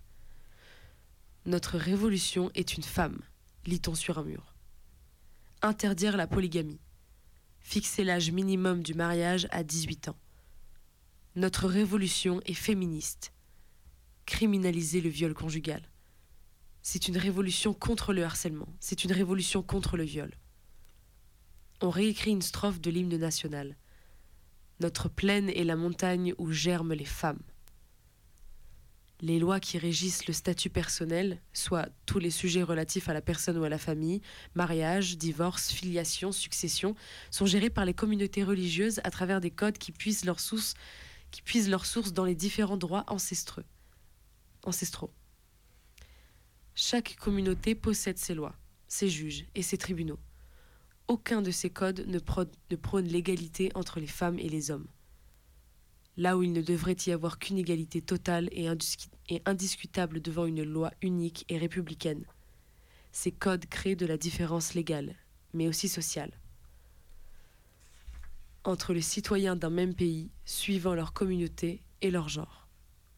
Notre révolution est une femme, lit-on sur un mur. Interdire la polygamie. Fixer l'âge minimum du mariage à dix-huit ans. Notre révolution est féministe. Criminaliser le viol conjugal. C'est une révolution contre le harcèlement. C'est une révolution contre le viol. On réécrit une strophe de l'hymne national. Notre plaine est la montagne où germent les femmes. Les lois qui régissent le statut personnel, soit tous les sujets relatifs à la personne ou à la famille, mariage, divorce, filiation, succession, sont gérées par les communautés religieuses à travers des codes qui puisent leur source, qui puisent leur source dans les différents droits ancestraux. ancestraux. Chaque communauté possède ses lois, ses juges et ses tribunaux. Aucun de ces codes ne prône, ne prône l'égalité entre les femmes et les hommes. Là où il ne devrait y avoir qu'une égalité totale et, indus- et indiscutable devant une loi unique et républicaine. Ces codes créent de la différence légale, mais aussi sociale, entre les citoyens d'un même pays, suivant leur communauté et leur genre.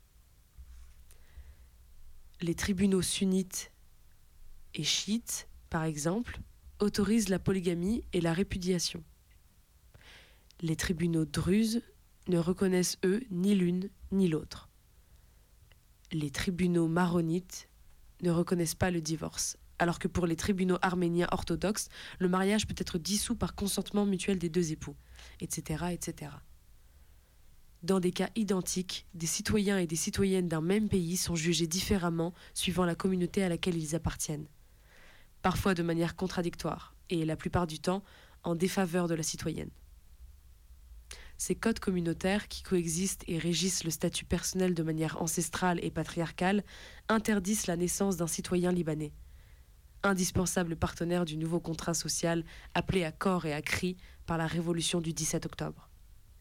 Les tribunaux sunnites et chiites, par exemple, autorisent la polygamie et la répudiation. Les tribunaux druzes ne reconnaissent, eux, ni l'une ni l'autre. Les tribunaux maronites ne reconnaissent pas le divorce, alors que pour les tribunaux arméniens orthodoxes, le mariage peut être dissous par consentement mutuel des deux époux, et cetera, et cetera. Dans des cas identiques, des citoyens et des citoyennes d'un même pays sont jugés différemment suivant la communauté à laquelle ils appartiennent, parfois de manière contradictoire, et la plupart du temps en défaveur de la citoyenne. Ces codes communautaires qui coexistent et régissent le statut personnel de manière ancestrale et patriarcale interdisent la naissance d'un citoyen libanais, indispensable partenaire du nouveau contrat social appelé à corps et à cri par la révolution du dix-sept octobre.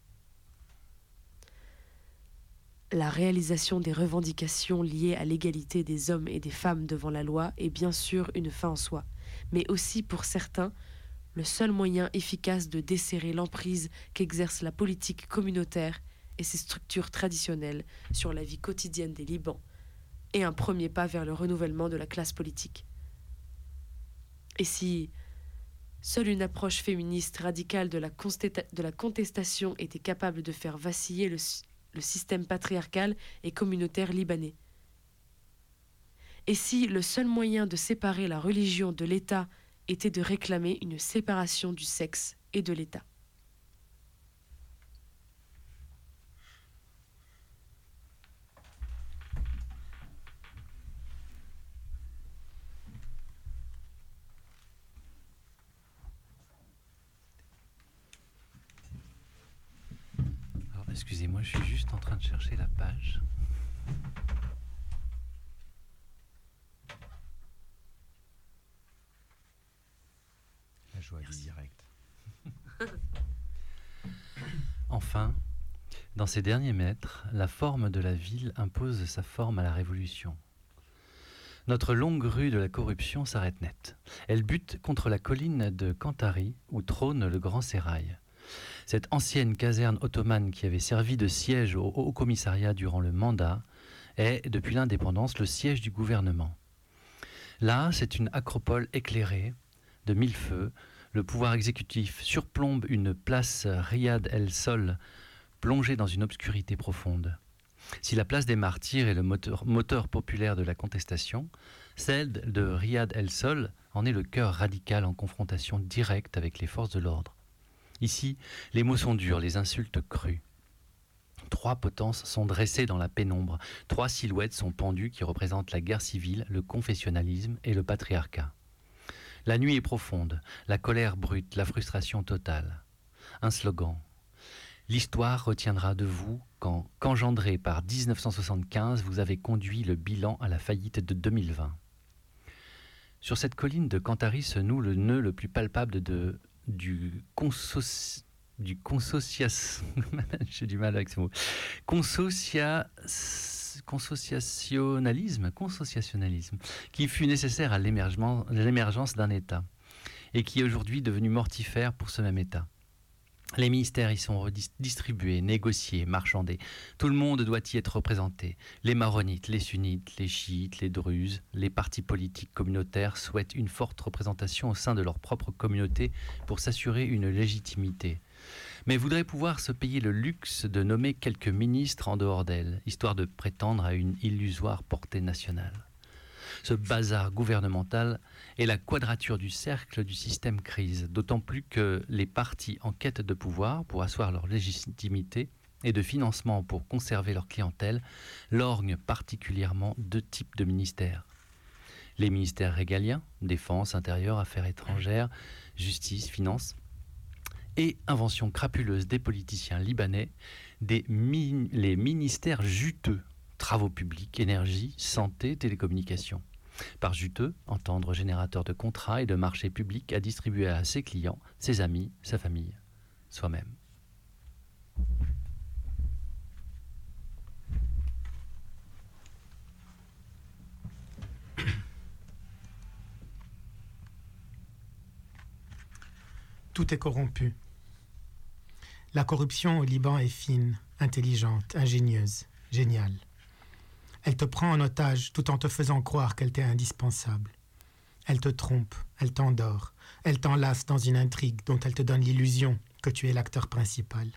La réalisation des revendications liées à l'égalité des hommes et des femmes devant la loi est bien sûr une fin en soi, mais aussi pour certains, le seul moyen efficace de desserrer l'emprise qu'exerce la politique communautaire et ses structures traditionnelles sur la vie quotidienne des Libans, et un premier pas vers le renouvellement de la classe politique. Et si seule une approche féministe radicale de la, constata- de la contestation était capable de faire vaciller le, le système patriarcal et communautaire libanais? Et si le seul moyen de séparer la religion de l'État était de réclamer une séparation du sexe et de l'État? excusez-moi, je suis juste en train de chercher la page. La joie du direct. Enfin, dans ces derniers mètres, la forme de la ville impose sa forme à la Révolution. Notre longue rue de la corruption s'arrête net. Elle bute contre la colline de Cantari, où trône le Grand Sérail. Cette ancienne caserne ottomane qui avait servi de siège au Haut Commissariat durant le mandat est, depuis l'indépendance, le siège du gouvernement. Là, c'est une acropole éclairée de mille feux. Le pouvoir exécutif surplombe une place Riyad El Sol, plongée dans une obscurité profonde. Si la place des Martyrs est le moteur, moteur populaire de la contestation, celle de Riyad El Sol en est le cœur radical en confrontation directe avec les forces de l'ordre. Ici, les mots sont durs, les insultes crues. Trois potences sont dressées dans la pénombre. Trois silhouettes sont pendues qui représentent la guerre civile, le confessionnalisme et le patriarcat. La nuit est profonde, la colère brute, la frustration totale. Un slogan. L'histoire retiendra de vous quand, qu'engendré par dix-neuf cent soixante-quinze, vous avez conduit le bilan à la faillite de deux mille vingt. Sur cette colline de Cantari se noue le nœud le plus palpable de, du consoci... du consocias... J'ai du mal avec ce mot. Consocia... Consociationalisme, consociationalisme, qui fut nécessaire à l'émergence d'un État et qui est aujourd'hui devenu mortifère pour ce même État. Les ministères y sont redistribués, négociés, marchandés. Tout le monde doit y être représenté. Les maronites, les sunnites, les chiites, les druzes, les partis politiques communautaires souhaitent une forte représentation au sein de leur propre communauté pour s'assurer une légitimité. Mais voudraient pouvoir se payer le luxe de nommer quelques ministres en dehors d'elle, histoire de prétendre à une illusoire portée nationale. Ce bazar gouvernemental est la quadrature du cercle du système crise, d'autant plus que les partis en quête de pouvoir pour asseoir leur légitimité et de financement pour conserver leur clientèle lorgnent particulièrement deux types de ministères. Les ministères régaliens, défense, intérieur, affaires étrangères, justice, finances, et invention crapuleuse des politiciens libanais, des mi- les ministères juteux, travaux publics, énergie, santé, télécommunications. Par juteux, entendre générateur de contrats et de marchés publics à distribuer à ses clients, ses amis, sa famille, soi-même. Tout est corrompu. La corruption au Liban est fine, intelligente, ingénieuse, géniale. Elle te prend en otage tout en te faisant croire qu'elle t'est indispensable. Elle te trompe, elle t'endort, elle t'enlace dans une intrigue dont elle te donne l'illusion que tu es l'acteur principal.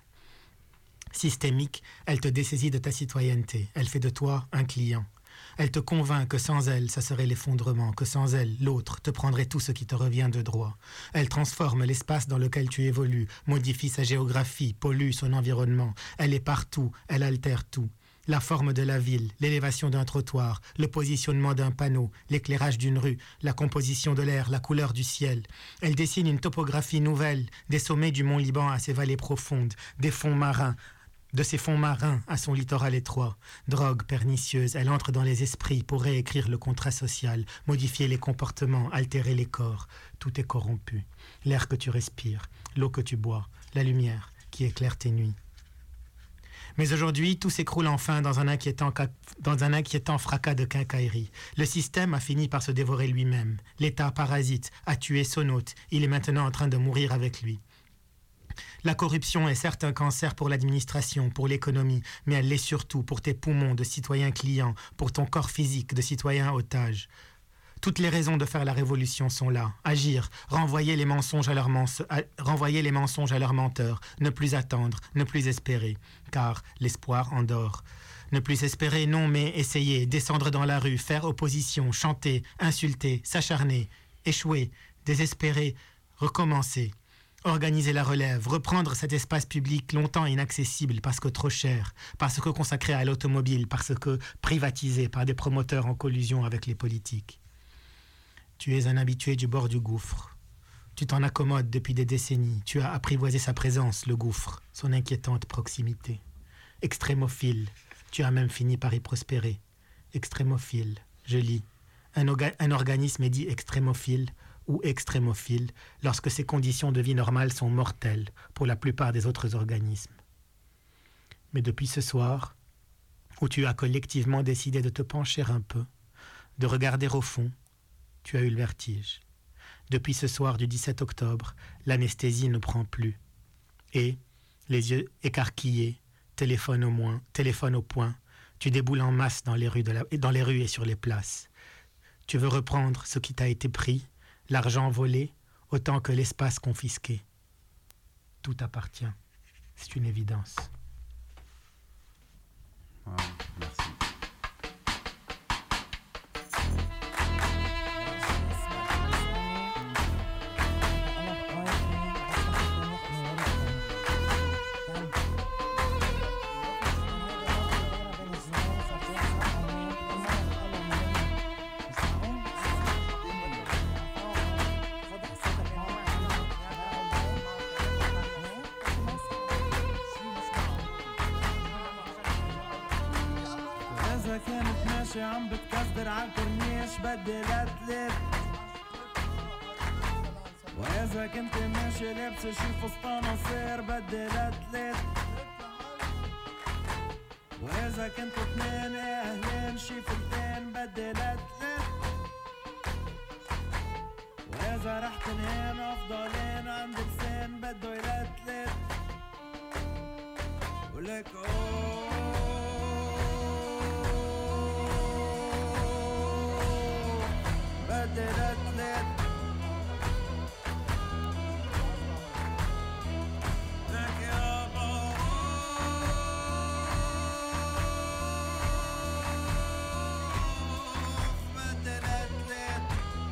Systémique, elle te dessaisit de ta citoyenneté, elle fait de toi un client. Elle te convainc que sans elle, ça serait l'effondrement, que sans elle, l'autre te prendrait tout ce qui te revient de droit. Elle transforme l'espace dans lequel tu évolues, modifie sa géographie, pollue son environnement. Elle est partout, elle altère tout. La forme de la ville, l'élévation d'un trottoir, le positionnement d'un panneau, l'éclairage d'une rue, la composition de l'air, la couleur du ciel. Elle dessine une topographie nouvelle, des sommets du mont Liban à ses vallées profondes, des fonds marins, de ses fonds marins à son littoral étroit. Drogue pernicieuse, elle entre dans les esprits pour réécrire le contrat social, modifier les comportements, altérer les corps. Tout est corrompu. L'air que tu respires, l'eau que tu bois, la lumière qui éclaire tes nuits. Mais aujourd'hui, tout s'écroule enfin dans un inquiétant, dans un inquiétant fracas de quincaillerie. Le système a fini par se dévorer lui-même. L'État parasite a tué son hôte. Il est maintenant en train de mourir avec lui. La corruption est certes un cancer pour l'administration, pour l'économie, mais elle l'est surtout pour tes poumons de citoyen client, pour ton corps physique de citoyen otage. Toutes les raisons de faire la révolution sont là. Agir, renvoyer les mensonges à leurs, mens- à, renvoyer les mensonges à leurs menteurs, ne plus attendre, ne plus espérer, car l'espoir endort. Ne plus espérer, non, mais essayer, descendre dans la rue, faire opposition, chanter, insulter, s'acharner, échouer, désespérer, recommencer. Organiser la relève, reprendre cet espace public longtemps inaccessible parce que trop cher, parce que consacré à l'automobile, parce que privatisé par des promoteurs en collusion avec les politiques. Tu es un habitué du bord du gouffre. Tu t'en accommodes depuis des décennies. Tu as apprivoisé sa présence, le gouffre, son inquiétante proximité. Extrémophile, tu as même fini par y prospérer. Extrémophile, je lis. Un, orga- un organisme est dit extrémophile ou extrémophile lorsque ses conditions de vie normales sont mortelles pour la plupart des autres organismes. Mais depuis ce soir, où tu as collectivement décidé de te pencher un peu, de regarder au fond, tu as eu le vertige. Depuis ce soir du dix-sept octobre, l'anesthésie ne prend plus. Et, les yeux écarquillés, téléphone au moins, téléphone au poing, tu déboules en masse dans les rues, de la, dans les rues et sur les places. Tu veux reprendre ce qui t'a été pris, l'argent volé, autant que l'espace confisqué. Tout appartient. C'est une évidence. Wow, merci. عم بتكسر عالكورنيش بدي لاتلت وإذا كنت ماشي لابسة شي فستان قصير بدي لاتلت وإذا كنتوا اتنين أهلين شي فلتين بدي لاتلت وإذا رح تنهين أفضلين عند لسان بدو يلاتلت ولك أوه بدي لاتلت لك يابا بدي لاتلت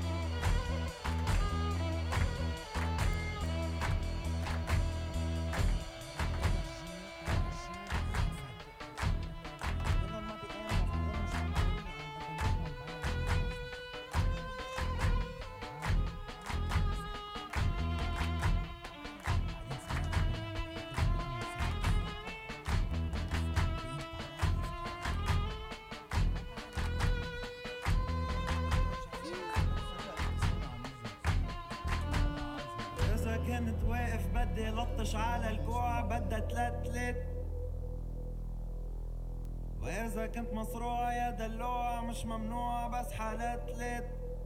كنت واقف بدي لطش على الكوع بدها تلتلت وإذا كنت مصروع يا دلوع مش ممنوع بس حلتلت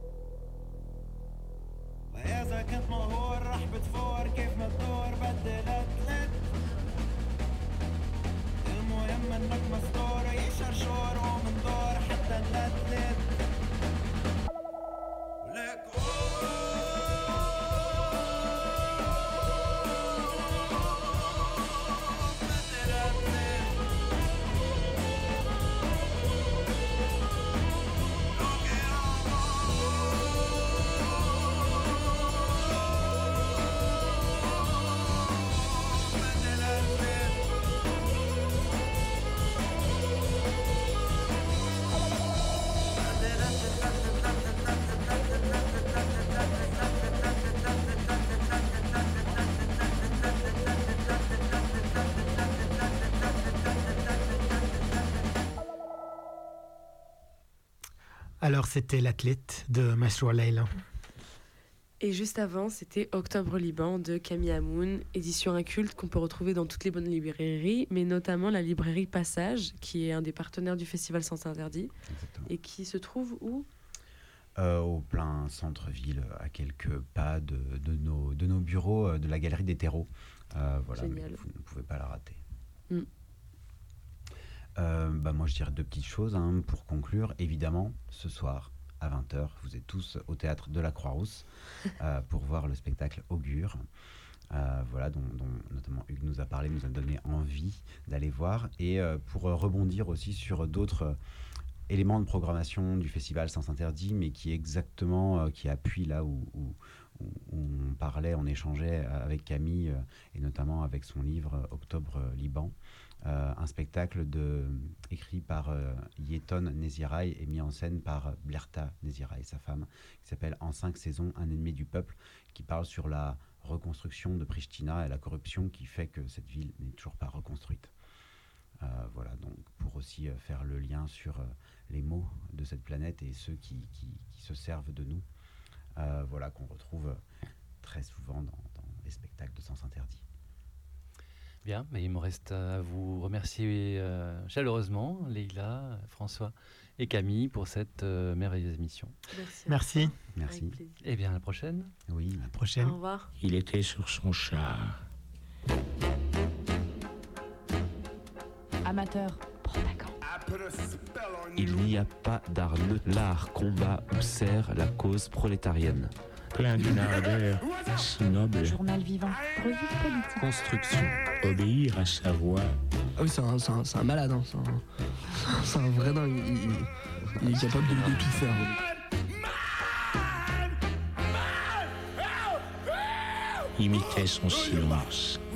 وإذا كنت مقهور رح بتفور كيف ما تدور بدي لتلت المهم انك مستور يشرشور ومن دور حتى نلتلت ولك Alors, c'était l'athlète de Masrour Leila. Et juste avant, c'était Octobre Liban de Camille Hamoun, édition inculte qu'on peut retrouver dans toutes les bonnes librairies, mais notamment la librairie Passage, qui est un des partenaires du Festival Sens Interdit. Exactement. Et qui se trouve où ? euh, Au plein centre-ville, à quelques pas de, de, nos, de nos bureaux de la Galerie des Terreaux. Euh, voilà, mais vous ne pouvez pas la rater. Mm. Euh, bah moi je dirais deux petites choses hein, pour conclure. Évidemment, ce soir à vingt heures, vous êtes tous au théâtre de la Croix-Rousse euh, pour voir le spectacle Augure, euh, voilà, dont, dont notamment Hugues nous a parlé, nous a donné envie d'aller voir. Et euh, pour rebondir aussi sur d'autres éléments de programmation du festival Sens Interdit, mais qui exactement euh, qui appuie là où, où, où on parlait, on échangeait avec Camille euh, et notamment avec son livre Octobre Liban. Euh, un spectacle de, écrit par euh, Yeton Néziraï et mis en scène par Blerta Néziraï, sa femme, qui s'appelle En cinq saisons, un ennemi du peuple, qui parle sur la reconstruction de Pristina et la corruption qui fait que cette ville n'est toujours pas reconstruite. Euh, voilà, donc pour aussi euh, faire le lien sur euh, les maux de cette planète et ceux qui, qui, qui se servent de nous, euh, voilà, qu'on retrouve euh, très souvent dans, dans les spectacles de Sens Interdit. Bien, mais il me reste à vous remercier euh, chaleureusement, Leïla, François et Camille, pour cette euh, merveilleuse émission. Merci. Merci. Merci. Et bien, à la prochaine. Oui, la prochaine. Au revoir. Il était sur son char. Amateur, prends ta gant. Il n'y a pas d'art neutre. L'art combat ou sert la cause prolétarienne. Plein d'une ardeur si noble. Journal vivant, revue politique. Construction. Obéir à sa voix. Ah oui, c'est un, c'est un, c'est un malade, hein, c'est, un, c'est un vrai dingue. Il, il, il est capable de, de tout faire. Imitait son silence.